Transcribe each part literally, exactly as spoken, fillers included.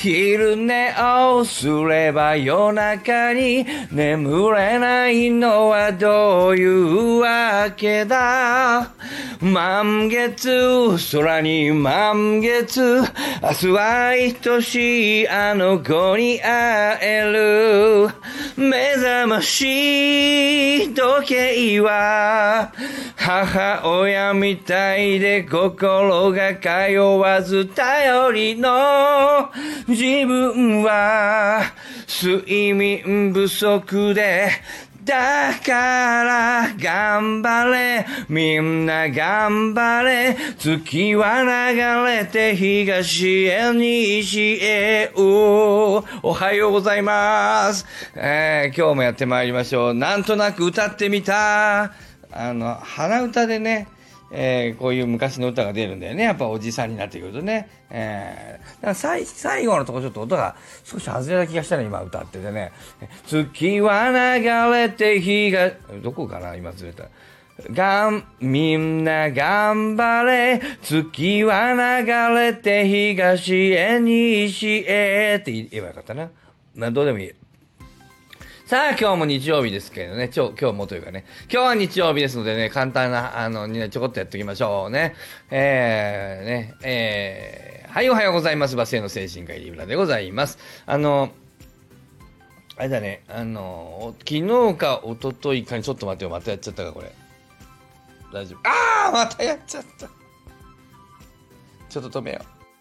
昼寝をすれば夜中に眠れないのはどういうわけだ。満月、空に満月、明日は愛しいあの子に会える。目覚まし時計は母親みたいで心が通わず頼りの自分は睡眠不足でだから頑張れみんな頑張れ月は流れて東へ西へおおはようございます、えー、今日もやってまいりましょう。なんとなく歌ってみたあの鼻歌でね、えー、こういう昔の歌が出るんだよね。やっぱおじさんになってくるとね、えー、だから最最後のところちょっと音が少し外れた気がしたね。今歌っててね、月は流れて日がどこかな今ずれた。がんみんな頑張れ月は流れて東へ西へって言えばよかったな。まあどうでもいい。さあ今日も日曜日ですけどね、ちょ今日もというかね、今日は日曜日ですのでね、簡単なあのにちょこっとやっておきましょうね。えー、ね、えー、はいおはようございます。バスへの精神科医リブラでございます。あのあれだね、あの昨日か一昨日かにちょっと待ってよ、またやっちゃったかこれ。大丈夫？ああまたやっちゃった。ちょっと止めよ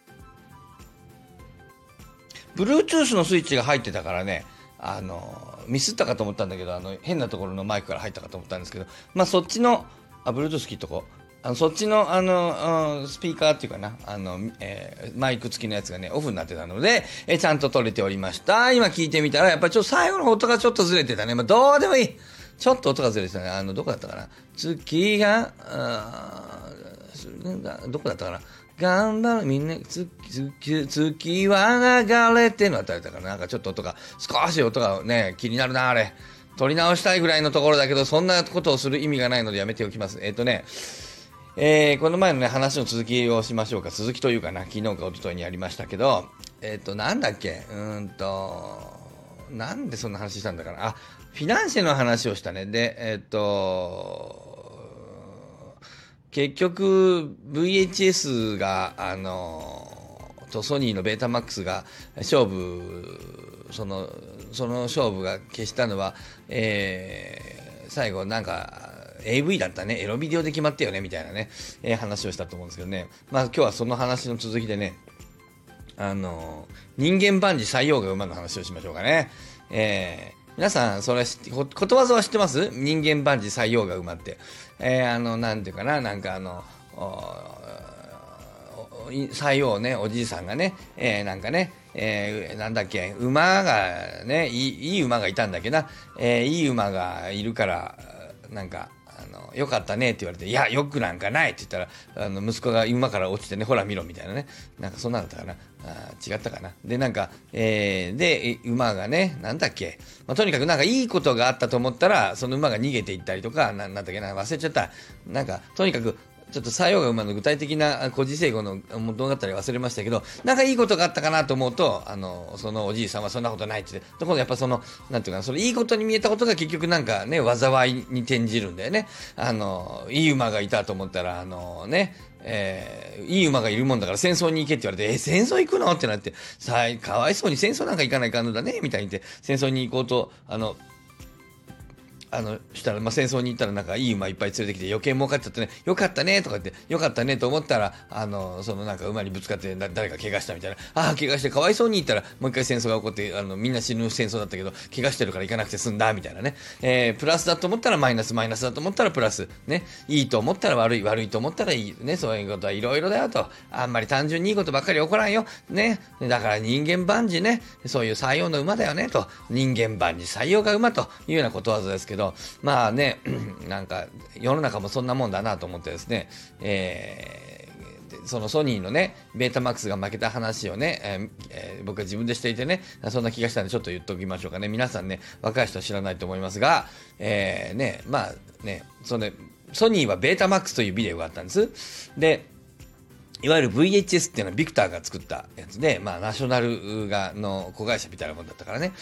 う。Bluetooth のスイッチが入ってたからね。あのミスったかと思ったんだけど、あの変なところのマイクから入ったかと思ったんですけど、まあそっちのあ Bluetooth 切っとこう。あのそっちのあのスピーカーっていうかな、あの、えー、マイク付きのやつがねオフになってたので、えー、ちゃんと撮れておりました。今聞いてみたらやっぱりちょっと最後の音がちょっとずれてたね。まあどうでもいい。ちょっと音がずれてたね。あのどこだったかな。月があどこだったかな。頑張るみんな月月月は流れてのあたりだからなんかちょっと音が少し音がね気になるなあれ。取り直したいぐらいのところだけどそんなことをする意味がないのでやめておきます。えっとね、えー、この前のね話の続きをしましょうか。続きというかな、昨日か一昨日にやりましたけど、えっとなんだっけうーんとなんでそんな話したんだかな。あ、フィナンシェの話をしたね。でえっと結局 ブイエイチエス があのとソニーのベータマックスが勝負そのその勝負が消したのは、えー、最後なんか エーブイ だったね、エロビデオで決まったよねみたいなね、えー、話をしたと思うんですけどね。まあ今日はその話の続きでね、あの人間万事採用が馬の話をしましょうかね。えー皆さんそれことわざは知ってます？人間万事採用が馬って、えー、あのなんていうかな、なんかあの採用ね、おじいさんがね、えー、なんかね、えー、なんだっけ馬がねいい、いい馬がいたんだっけな、えー、いい馬がいるからなんかあのよかったねって言われて、いやよくなんかないって言ったら、あの息子が馬から落ちてね、ほら見ろみたいなね、なんかそんなんだったかな、あ違ったかな。でなんか、えー、で馬がねなんだっけ、まあ、とにかくなんかいいことがあったと思ったらその馬が逃げていったりとか、ななんだっけな、忘れちゃった。なんかとにかくちょっと採用が馬の具体的な古事成語の物語忘れましたけど、なんかいいことがあったかなと思うと、あのそのおじいさんはそんなことないって言って、ところやっぱそのなんていうかな、それいいことに見えたことが結局なんかね災いに転じるんだよね。あのいい馬がいたと思ったらあのねえー、いい馬がいるもんだから戦争に行けって言われて、えー、戦争行くのってなって、さあかわいそうに戦争なんか行かないかんのだねみたいに言って戦争に行こうとあのあのしたら、まあ、戦争に行ったらなんかいい馬いっぱい連れてきて余計儲かっちゃってね、よかったねとか言って、よかったねと思ったらあのそのなんか馬にぶつかって誰か怪我したみたいな、ああ怪我してかわいそうに言ったらもう一回戦争が起こって、あのみんな死ぬ戦争だったけど怪我してるから行かなくて済んだみたいなね、えー、プラスだと思ったらマイナス、マイナスだと思ったらプラスね、いいと思ったら悪い、悪いと思ったらいいね、そういうことはいろいろだよと、あんまり単純にいいことばっかり起こらんよね、だから人間万事ね、そういう採用の馬だよねと、人間万事採用が馬というようなことわざですけど、まあねなんか世の中もそんなもんだなと思ってですね、えー、そのソニーのねベータマックスが負けた話をね、えーえー、僕は自分でしていてね、そんな気がしたんでちょっと言っておきましょうかね。皆さんね若い人は知らないと思いますが、えー、ねまあねそのソニーはベータマックスというビデオがあったんです。でいわゆる ブイエイチエス っていうのはビクターが作ったやつで、まあ、ナショナルがの子会社みたいなもんだったからね。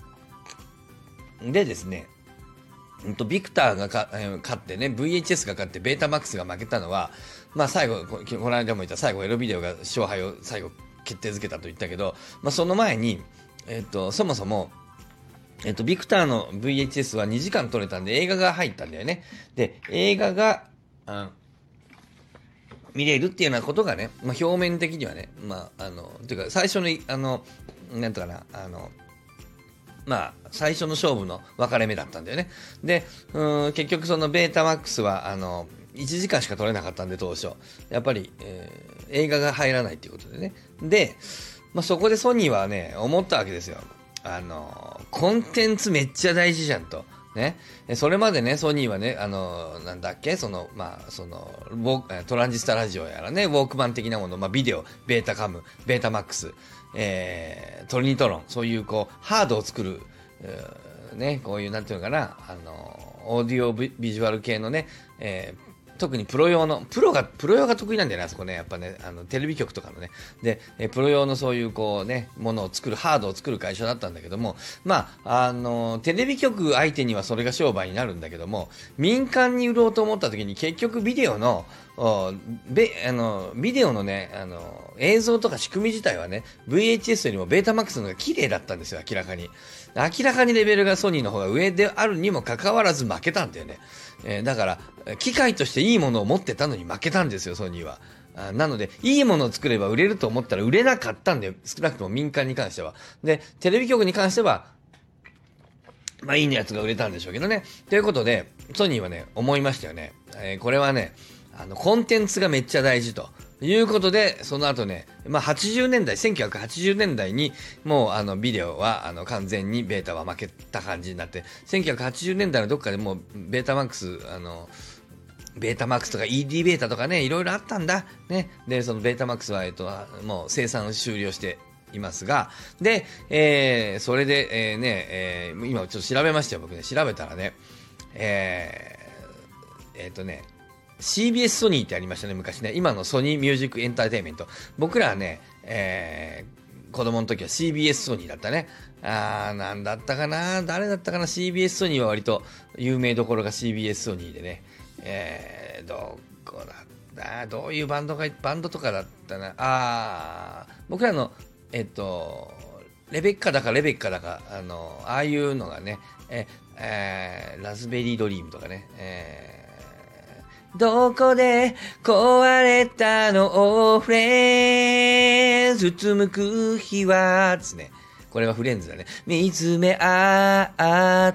でですね、うんとビクターがか、えー、勝ってね、ブイエイチエス が勝ってベータマックスが負けたのは、まあ最後、こ, この間も言った最後エロビデオが勝敗を最後決定づけたと言ったけど、まあその前に、えっ、ー、と、そもそも、えっ、ー、と、ビクターの ブイエイチエス はにじかん撮れたんで映画が入ったんだよね。で、映画が、うん見れるっていうようなことがね、まあ、表面的にはね、まあ、あの、ていうか、最初の、あの、なんとかな、あの、まあ、最初の勝負の分かれ目だったんだよね。で、うん結局そのベータマックスは、あの、いちじかんしか撮れなかったんで、当初。やっぱり、えー、映画が入らないっていうことでね。で、まあ、そこでソニーはね、思ったわけですよ。あの、コンテンツめっちゃ大事じゃんと。ね、それまでね、ソニーはね、あの、なんだっけ、その、まあ、その、トランジスタラジオやらね、ウォークマン的なもの、まあ、ビデオ、ベータカム、ベータマックス、えー、トリニトロン、そういう、こう、ハードを作る、ね、こういう、なんていうのかな、あの、オーディオビジュアル系のね、えー特にプロ用の、プロが、プロ用が得意なんだよね、あそこね。やっぱね、あの、テレビ局とかのね。で、えプロ用のそういうこうね、ものを作る、ハードを作る会社だったんだけども、まあ、あの、テレビ局相手にはそれが商売になるんだけども、民間に売ろうと思った時に結局ビデオの、べあのビデオのねあの映像とか仕組み自体はね ブイエイチエス よりもベータマックスの方が綺麗だったんですよ。明らかに明らかにレベルがソニーの方が上であるにもかかわらず負けたんだよね、えー、だから機械としていいものを持ってたのに負けたんですよ、ソニーは。あなのでいいものを作れば売れると思ったら売れなかったんだよ、少なくとも民間に関しては。でテレビ局に関してはまあいいやつが売れたんでしょうけどね。ということでソニーはね思いましたよね、えー、これはねあのコンテンツがめっちゃ大事ということで、その後ね、まあ、はちじゅうねんだい、せんきゅうひゃくはちじゅうねんだいにもうあのビデオはあの完全にベータは負けた感じになって、せんきゅうひゃくはちじゅうねんだいのどっかでもうベータマックスあのベータマックスとか イーディー ベータとかねいろいろあったんだね。でそのベータマックスはえっともう生産終了していますが、で、えー、それで、えーねえー、今ちょっと調べましたよ、僕ね。調べたらね、えー、えー、っとね、シービーエス ソニーってありましたね、昔ね。今のソニーミュージックエンターテインメント。僕らはね、えー、子供の時は シービーエス ソニーだったね。あー、なんだったかな、誰だったかな。 シービーエス ソニーは割と有名どころが シービーエス ソニーでね。えー、どこだったどういうバンドが、バンドとかだったな。あー、僕らの、えっと、レベッカだかレベッカだか、あの、ああいうのがね、え、えー、ラズベリードリームとかね、えー、どこで壊れたのフレンズうつむく日はつね。これはフレンズだね。見つめ合って、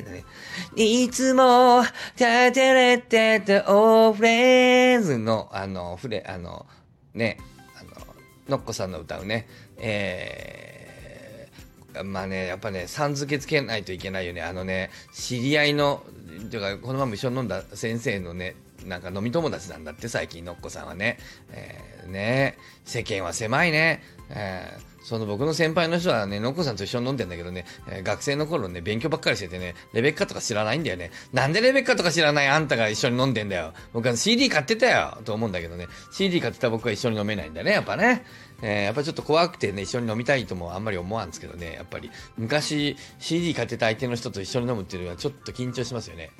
ね、いつも立てれてたオフレンズの、あの、フレ、あの、ね、のっこさんの歌うね、えー、まあね、やっぱね、さん付けつけないといけないよね。あのね、知り合いの、というか、このまま一緒に飲んだ先生のね、なんか飲み友達なんだって、最近のっこさんはね。えー、ね、世間は狭いね。えーその僕の先輩の人はね、のっこさんと一緒に飲んでんだけどね、えー、学生の頃ね、勉強ばっかりしててね、レベッカとか知らないんだよね。なんでレベッカとか知らないあんたが一緒に飲んでんだよ。僕は シーディー 買ってたよと思うんだけどね、シーディー 買ってた僕は一緒に飲めないんだね、やっぱね。えー、やっぱちょっと怖くてね、一緒に飲みたいともあんまり思わんですけどね、やっぱり昔 シーディー 買ってた相手の人と一緒に飲むっていうのはちょっと緊張しますよね。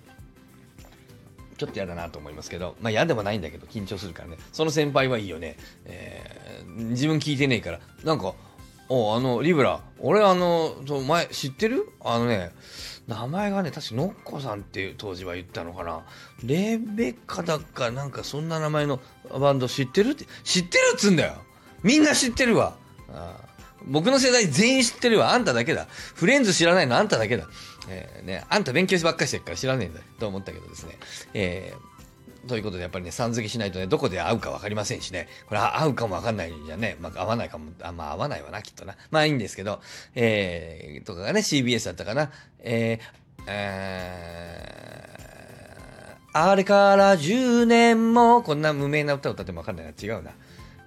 ちょっと嫌だなと思いますけど、まあ嫌でもないんだけど緊張するからね。その先輩はいいよね。えー、自分聞いてねえから、なんか、おあのリブラ、俺あの前知ってる？あのね、名前がね確かノッコさんっていう当時は言ったのかな。レベッカだかなんかそんな名前のバンド知ってるって、知ってるっつんだよ。みんな知ってるわ。あ僕の世代全員知ってるわ。あんただけだ。フレンズ知らないのあんただけだ。えー、ね、あんた勉強ばっかりしてるから知らねえんだと思ったけどですね。えーということでやっぱりね、さん付けしないとね、どこで会うか分かりませんしね、これ会うかも分かんないじゃね、まあ会わないかも、あまあ会わないわな、きっとな。まあいいんですけど、えー、とかがね、シービーエス だったかな。えー、えー、あれからじゅうねんも、こんな無名な歌を歌っても分かんないな、違うな。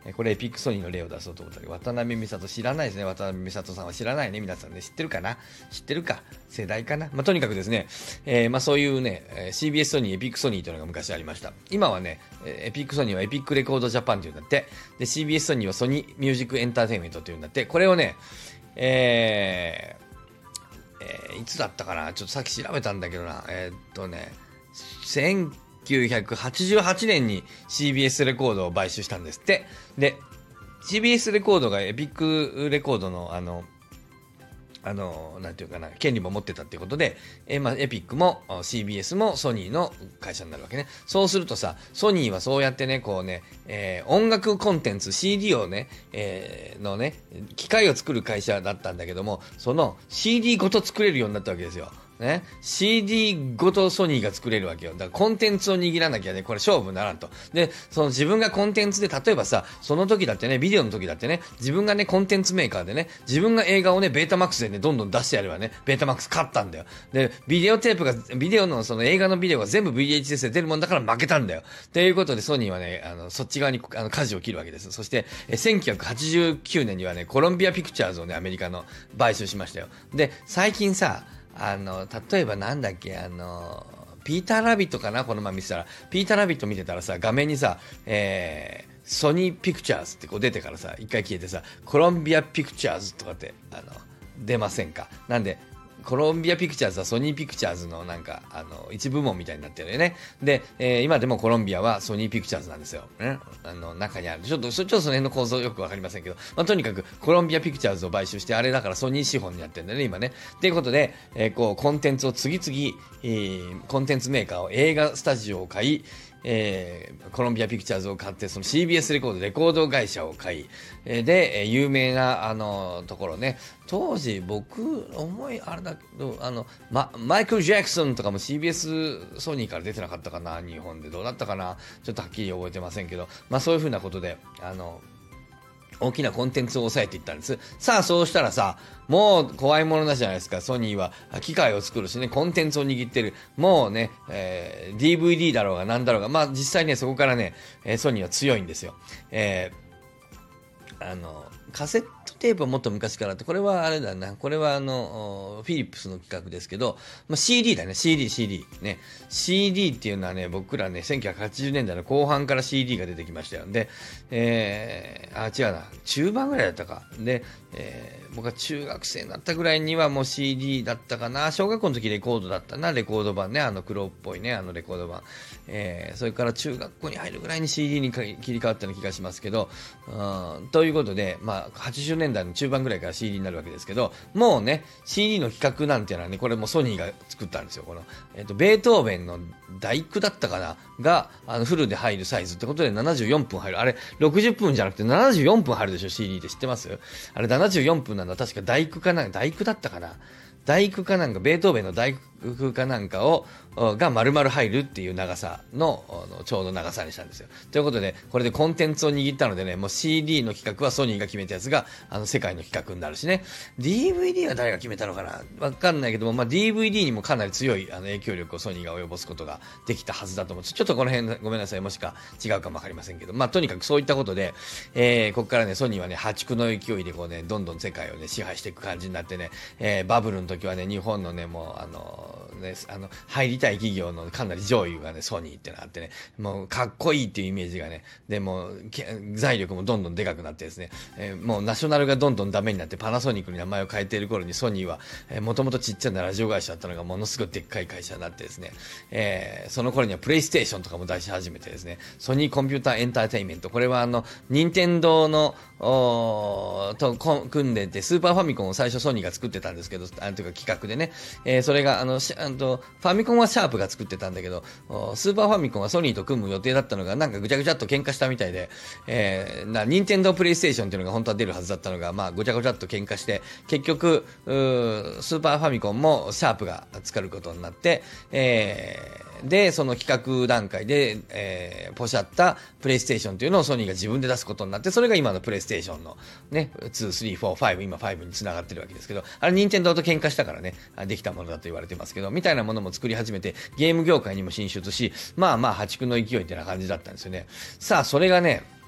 これエピックソニーの例を出そうと思ったけど、渡辺美里知らないですね。渡辺美里さんは知らないね。皆さんね、知ってるかな知ってるか世代かな。まあ、とにかくですね、えー、まあそういうね、シービーエス ソニー、エピックソニーというのが昔ありました。今はね、エピックソニーはエピックレコードジャパンというんだって、で、シービーエス ソニーはソニーミュージックエンターテインメントというんだって、これをね、えー、えー、いつだったかなちょっとさっき調べたんだけどな。えー、っとね、せんきゅうひゃくはちじゅうはちねんに シービーエス レコードを買収したんですって。で、シービーエス レコードがエピックレコードのあの、あの、なんていうかな、権利も持ってたっていうことで、えまあ、エピックも シービーエス もソニーの会社になるわけね。そうするとさ、ソニーはそうやってね、こうね、えー、音楽コンテンツ、シーディー をね、えー、のね、機械を作る会社だったんだけども、その シーディー ごと作れるようになったわけですよ。ね、シーディー ごとソニーが作れるわけよ。だからコンテンツを握らなきゃね、これ勝負にならんと。で、その自分がコンテンツで、例えばさ、その時だってね、ビデオの時だってね、自分がね、コンテンツメーカーでね、自分が映画をね、ベータマックスでね、どんどん出してやればね、ベータマックス勝ったんだよ。で、ビデオテープが、ビデオのその映画のビデオが全部 ブイエイチエス で出るもんだから負けたんだよ。ということで、ソニーはね、あの、そっち側にあの舵を切るわけです。そして、えせんきゅうひゃくはちじゅうきゅうねんにはね、コロンビアピクチャーズをね、アメリカの買収しましたよ。で、最近さ、あの、例えばなんだっけ、あの、ピーターラビットかなこの前見てたら、ピーターラビット見てたらさ、画面にさ、えー、ソニーピクチャーズってこう出てからさ、一回消えてさ、コロンビアピクチャーズとかって、あの、出ませんか？なんで、コロンビアピクチャーズはソニーピクチャーズのなんか、あの、一部門みたいになってるよね。で、えー、今でもコロンビアはソニーピクチャーズなんですよ。ね。あの、中にある。ちょっと、ちょっとその辺の構造よくわかりませんけど、まあ、とにかくコロンビアピクチャーズを買収して、あれだからソニー資本になってるんだよね、今ね。ということで、えー、こう、コンテンツを次々、えー、コンテンツメーカーを映画スタジオを買い、えー、コロンビアピクチャーズを買って、その シービーエス レコード、レコード会社を買い、えー、で、えー、有名な、あの、ところね、当時僕、思い、あれだけど、あの、ま、マイクル・ジャクソンとかも シービーエス ソニーから出てなかったかな、日本でどうだったかな、ちょっとはっきり覚えてませんけど、まあそういうふうなことで、あの、大きなコンテンツを抑えていったんです。さあ、そうしたらさ、もう怖いものなしじゃないですか。ソニーは機械を作るしね、コンテンツを握ってる。もうね、えー、ディーブイディー だろうが何だろうが、まあ実際ね、そこからね、えー、ソニーは強いんですよ。えー、あの、カセットテープはもっと昔からあって、これはあれだな、これはあの、フィリップスの企画ですけど、まあ、シーディー だね、シーディー、シーディー。ね。シーディー っていうのはね、僕らね、せんきゅうひゃくはちじゅうねんだいの後半から シーディー が出てきましたよ。で、えー、あ、違うな、中盤ぐらいだったか。で、えー、僕は中学生になったぐらいにはもう シーディー だったかな。小学校の時レコードだったな、レコード版ね、あの黒っぽいね、あのレコード版。えー、それから中学校に入るぐらいに シーディー に切り替わったような気がしますけど、うん、ということで、まあ、はちじゅうねんだいの中盤ぐらいから シーディー になるわけですけど、もうね、シーディー の企画なんていうのはね、これもソニーが作ったんですよ。この、えっと、ベートーベンの第九だったかなが、あの、フルで入るサイズってことでななじゅうよんぷん入る。あれ、ろくじゅっぷんじゃなくてななじゅうよんぷん入るでしょ、シーディー って知ってます？あれななじゅうよんぷんなんだ。確か第九かな、第九だったかな。第九かなんか、ベートーベンの第九かなんかを、が丸々入るっていう長さの、ちょうど長さにしたんですよ。ということで、これでコンテンツを握ったのでね、もう シーディー の企画はソニーが決めたやつが、あの、世界の企画になるしね。ディーブイディー は誰が決めたのかなわかんないけども、まあ、ディーブイディー にもかなり強いあの影響力をソニーが及ぼすことができたはずだと思う。ちょっとこの辺ごめんなさい。もしか違うかもわかりませんけど、まあ、とにかくそういったことで、えー、ここからね、ソニーはね、破竹の勢いでこうね、どんどん世界をね、支配していく感じになってね、えー、バブルの時はね、日本のね、もう、あの、ね、あの、入りたい企業のかなり上位がね、ソニーってのがあってね、もうかっこいいっていうイメージがね、でも財力もどんどんでかくなってですね、えー、もうナショナルがどんどんダメになってパナソニックに名前を変えている頃にソニーは、えー、もともとちっちゃなラジオ会社だったのがものすごいでっかい会社になってですね、えー、その頃にはプレイステーションとかも出し始めてですね、ソニーコンピューターエンターテインメント、これはあの、任天堂の、と組んでて、スーパーファミコンを最初ソニーが作ってたんですけど、あのというか企画でね、えー、それがあの、あのファミコンはシャープが作ってたんだけど、スーパーファミコンはソニーと組む予定だったのが、なんかぐちゃぐちゃっと喧嘩したみたいで、えー、な、任天堂プレイステーションっていうのが本当は出るはずだったのが、まあ、ぐちゃぐちゃっと喧嘩して、結局、スーパーファミコンもシャープが作ることになって、えー、で、その企画段階で、えー、ポシャったプレイステーションっていうのをソニーが自分で出すことになって、それが今のプレイステーションのね、に、さん、よん、ご、今ごに繋がってるわけですけど、あれ任天堂と喧嘩したからね、できたものだと言われてますけど、みたいなものも作り始めて、ゲーム業界にも進出し、まあまあ破竹の勢いってな感じだったんですよね。さあ、それがね、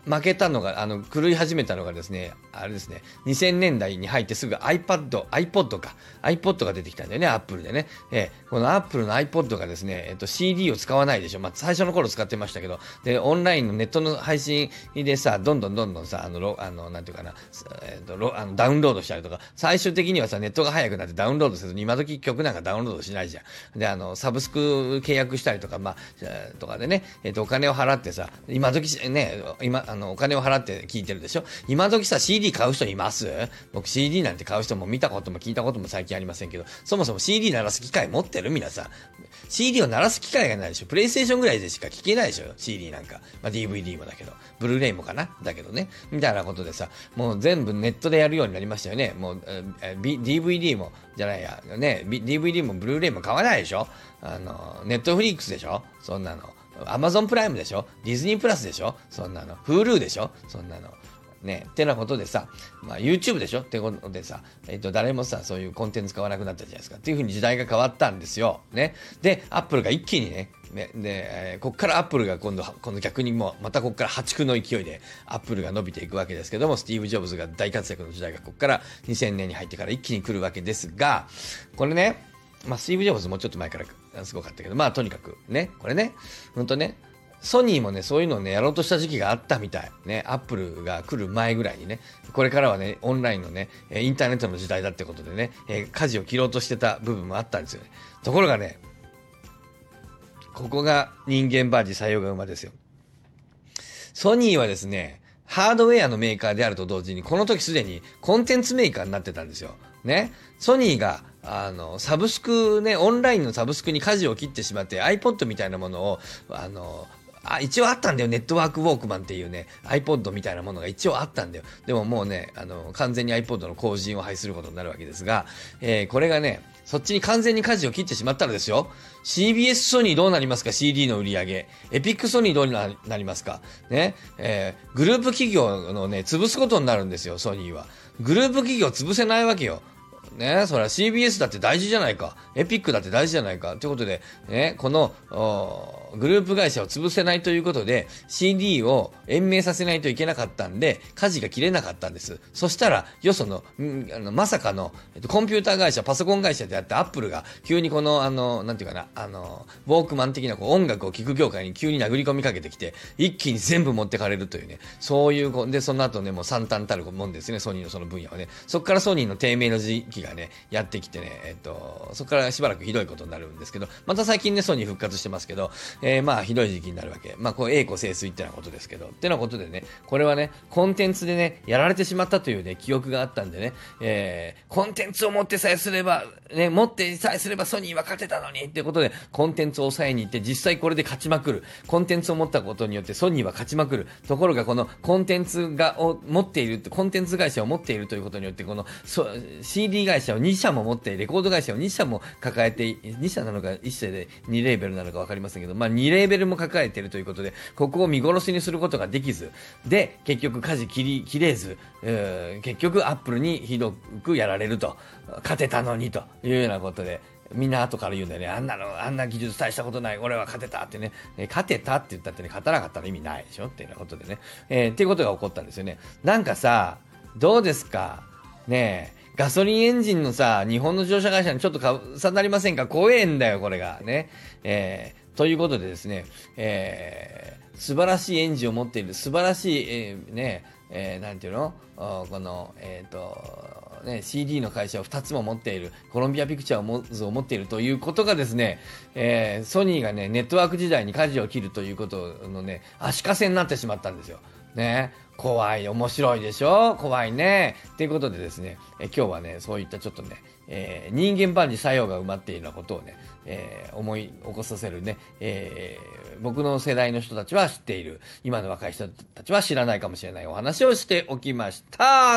負けたのが、あの、狂い始めたのがですね、あれですね、にせんねんだいに入ってすぐ iPad、iPod か、iPod が出てきたんだよね、Apple でね。えー、この Apple の iPod がですね、えっと、シーディー を使わないでしょ。まあ、最初の頃使ってましたけど、で、オンラインのネットの配信でさ、どんどんどんどんさ、あの、ロあのなんていうかな、えっと、ロあのダウンロードしたりとか、最終的にはさ、ネットが速くなってダウンロードせずに、今時曲なんかダウンロードしないじゃん。で、あの、サブスク契約したりとか、まあ、とかでね、えっと、お金を払ってさ、今時ね、今、あの、お金を払って聞いてるでしょ。今時さ、シーディー 買う人います？僕 シーディー なんて買う人も見たことも聞いたことも最近ありませんけど、そもそも シーディー 鳴らす機械持ってる皆さん。シーディー を鳴らす機械がないでしょ。プレイステーションぐらいでしか聞けないでしょ。シーディー なんか。まあ、ディーブイディー もだけど。ブルーレイもかなだけどね。みたいなことでさ、もう全部ネットでやるようになりましたよね。もう、え ディーブイディー も、じゃないや、ね、ディーブイディー もブルーレイも買わないでしょ。あの、ネットフリックスでしょ。そんなの。アマゾンプライムでしょ。ディズニープラスでしょ。そんなの。Hulu でしょ。そんなの。ね、ってなことでさ、まあ、YouTube でしょってことでさ、えっと、誰もさ、そういうコンテンツ買わなくなったじゃないですか。っていう風に時代が変わったんですよ。ね。で、Apple が一気にね、ねで、えー、こっから Apple が今度、今度逆にもう、またこっから破竹の勢いで Apple が伸びていくわけですけども、スティーブ・ジョブズが大活躍の時代がこっからにせんねんに入ってから一気に来るわけですが、これね、まあ、スティーブ・ジョブズもうちょっと前からすごかったけど、まあ、とにかくね、これね、ほんとね、ソニーもね、そういうのをね、やろうとした時期があったみたい。ね、アップルが来る前ぐらいにね、これからはね、オンラインのね、インターネットの時代だってことでね、えー、舵を切ろうとしてた部分もあったんですよね。ところがね、ここが人間バージ採用が馬ですよ。ソニーはですね、ハードウェアのメーカーであると同時に、この時すでにコンテンツメーカーになってたんですよ。ね。ソニーが、あの、サブスクね、オンラインのサブスクに舵を切ってしまって、iPod みたいなものを、あの、あ、一応あったんだよ。ネットワークウォークマンっていうね、iPod みたいなものが一応あったんだよ。でももうね、あの、完全に iPod の後陣を排することになるわけですが、えー、これがね、そっちに完全に舵を切ってしまったらですよ。シービーエス ソニーどうなりますか？ シーディー の売り上げ。エピックソニーどうになりますか？ね、えー、グループ企業のね、潰すことになるんですよ、ソニーは。グループ企業潰せないわけよ。ね、それは シービーエス だって大事じゃないか。エピックだって大事じゃないか。ということで、ね、この、グループ会社を潰せないということで、シーディー を延命させないといけなかったんで、舵が切れなかったんです。そしたら、よその、んあのまさかの、えっと、コンピューター会社、パソコン会社であってアップルが、急にこの、あの、なんていうかな、あの、ウォークマン的なこう音楽を聴く業界に急に殴り込みかけてきて、一気に全部持ってかれるというね、そういう、で、その後ね、もう惨憺たるもんですね、ソニーのその分野はね。そこからソニーの低迷の時期がね、やってきてね、えっと、そこからしばらくひどいことになるんですけど、また最近ね、ソニー復活してますけど、えー、まあ、ひどい時期になるわけ。まあ、こう、栄枯盛衰ってなことですけど、ってなことでね、これはね、コンテンツでね、やられてしまったというね、記憶があったんでね、えー、コンテンツを持ってさえすれば、ね、持ってさえすればソニーは勝てたのにってことで、コンテンツを抑えに行って、実際これで勝ちまくる。コンテンツを持ったことによってソニーは勝ちまくる。ところが、このコンテンツが、を持っているって、コンテンツ会社を持っているということによって、この、シーディー 会社をに社も持って、レコード会社をに社も抱えて、に社なのかいち社でにレーベルなのか分かりませんけど、まあにレーベルも抱えているということで、ここを見殺しにすることができず、で、結局舵切り、切れず、えー、結局アップルにひどくやられると、勝てたのにというようなことで、みんな後から言うんだよね。あんなの、あんな技術大したことない。俺は勝てたってね。えー、勝てたって言ったってね、勝たなかったら意味ないでしょっていうようなことでね。えー、っていうことが起こったんですよね。なんかさ、どうですかねえ。ガソリンエンジンのさ、日本の自動車会社にちょっとかさなりませんか？怖えんだよ、これが。ね。えー、ということでですね、えー、素晴らしいエンジンを持っている、素晴らしい、えー、ね、えー、なんていうの？この、えっと、ね、シーディー の会社をふたつも持っている、コロンビアピクチャーを持っているということがですね、えー、ソニーがね、ネットワーク時代に舵を切るということのね、足かせになってしまったんですよ。ね。怖い、面白いでしょ？怖いね。ということでですね、え今日はね、そういったちょっとね、えー、人間版に作用が埋まっているようなことをね、えー、思い起こさせるね、えー、僕の世代の人たちは知っている、今の若い人たちは知らないかもしれないお話をしておきました。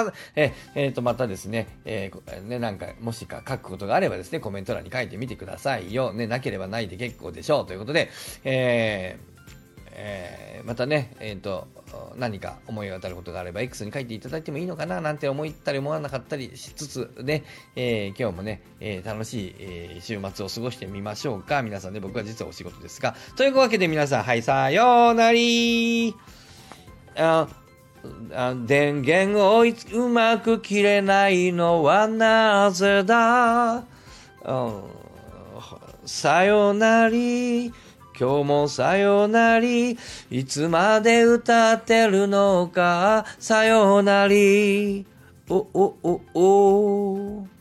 えー、えー、と、またですね、えー、ね、なんか、もしか書くことがあればですね、コメント欄に書いてみてくださいよ。ね、なければないで結構でしょう。ということで、えー、えー、またね、えっ、ー、と、何か思い当たることがあれば X に書いていただいてもいいのかななんて思ったり思わなかったりしつつね、えー、今日もね、えー、楽しい、えー、週末を過ごしてみましょうか。皆さんね、僕は実はお仕事ですが。というわけで皆さん、はい、さようなりー。ああ電源をうまく切れないのはなぜだ、うん、さよなり今日もさよなりいつまで歌ってるのかさよなりおおおお